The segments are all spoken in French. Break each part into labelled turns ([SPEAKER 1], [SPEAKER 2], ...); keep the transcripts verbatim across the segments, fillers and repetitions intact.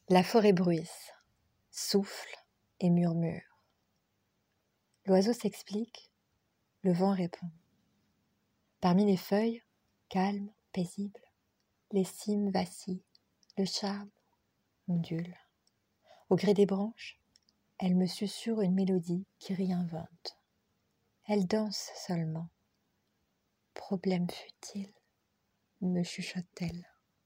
[SPEAKER 1] La forêt bruisse, souffle et murmure. L'oiseau s'explique, le vent répond. Parmi les feuilles, calmes, paisibles, les cimes vacillent, le charme ondule. Au gré des branches, elle me susurre une mélodie qui réinvente. Elle danse seulement. Problème fut-il, me chuchote-t-elle.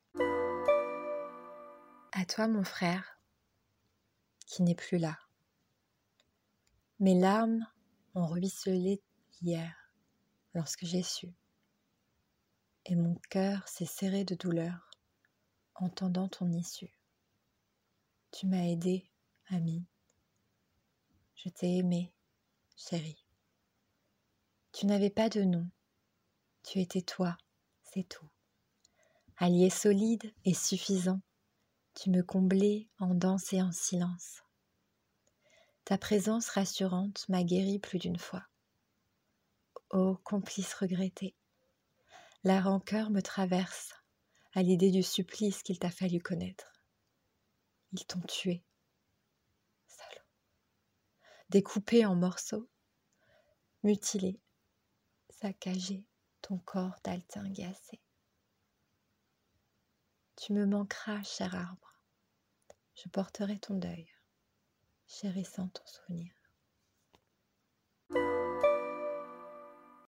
[SPEAKER 1] À toi, mon frère, qui n'est plus là. Mes larmes ont ruisselé hier, lorsque j'ai su. Et mon cœur s'est serré de douleur, entendant ton issue. Tu m'as aidé, ami. Je t'ai aimé, chérie. Tu n'avais pas de nom. Tu étais toi, c'est tout. Allié solide et suffisant, tu me comblais en danse et en silence. Ta présence rassurante m'a guéri plus d'une fois. Ô complice regretté, la rancœur me traverse à l'idée du supplice qu'il t'a fallu connaître. Ils t'ont tué, salaud. Découpé en morceaux, mutilé, saccagé, ton corps d'altin glacé. Tu me manqueras, cher arbre, je porterai ton deuil, chérissant ton souvenir.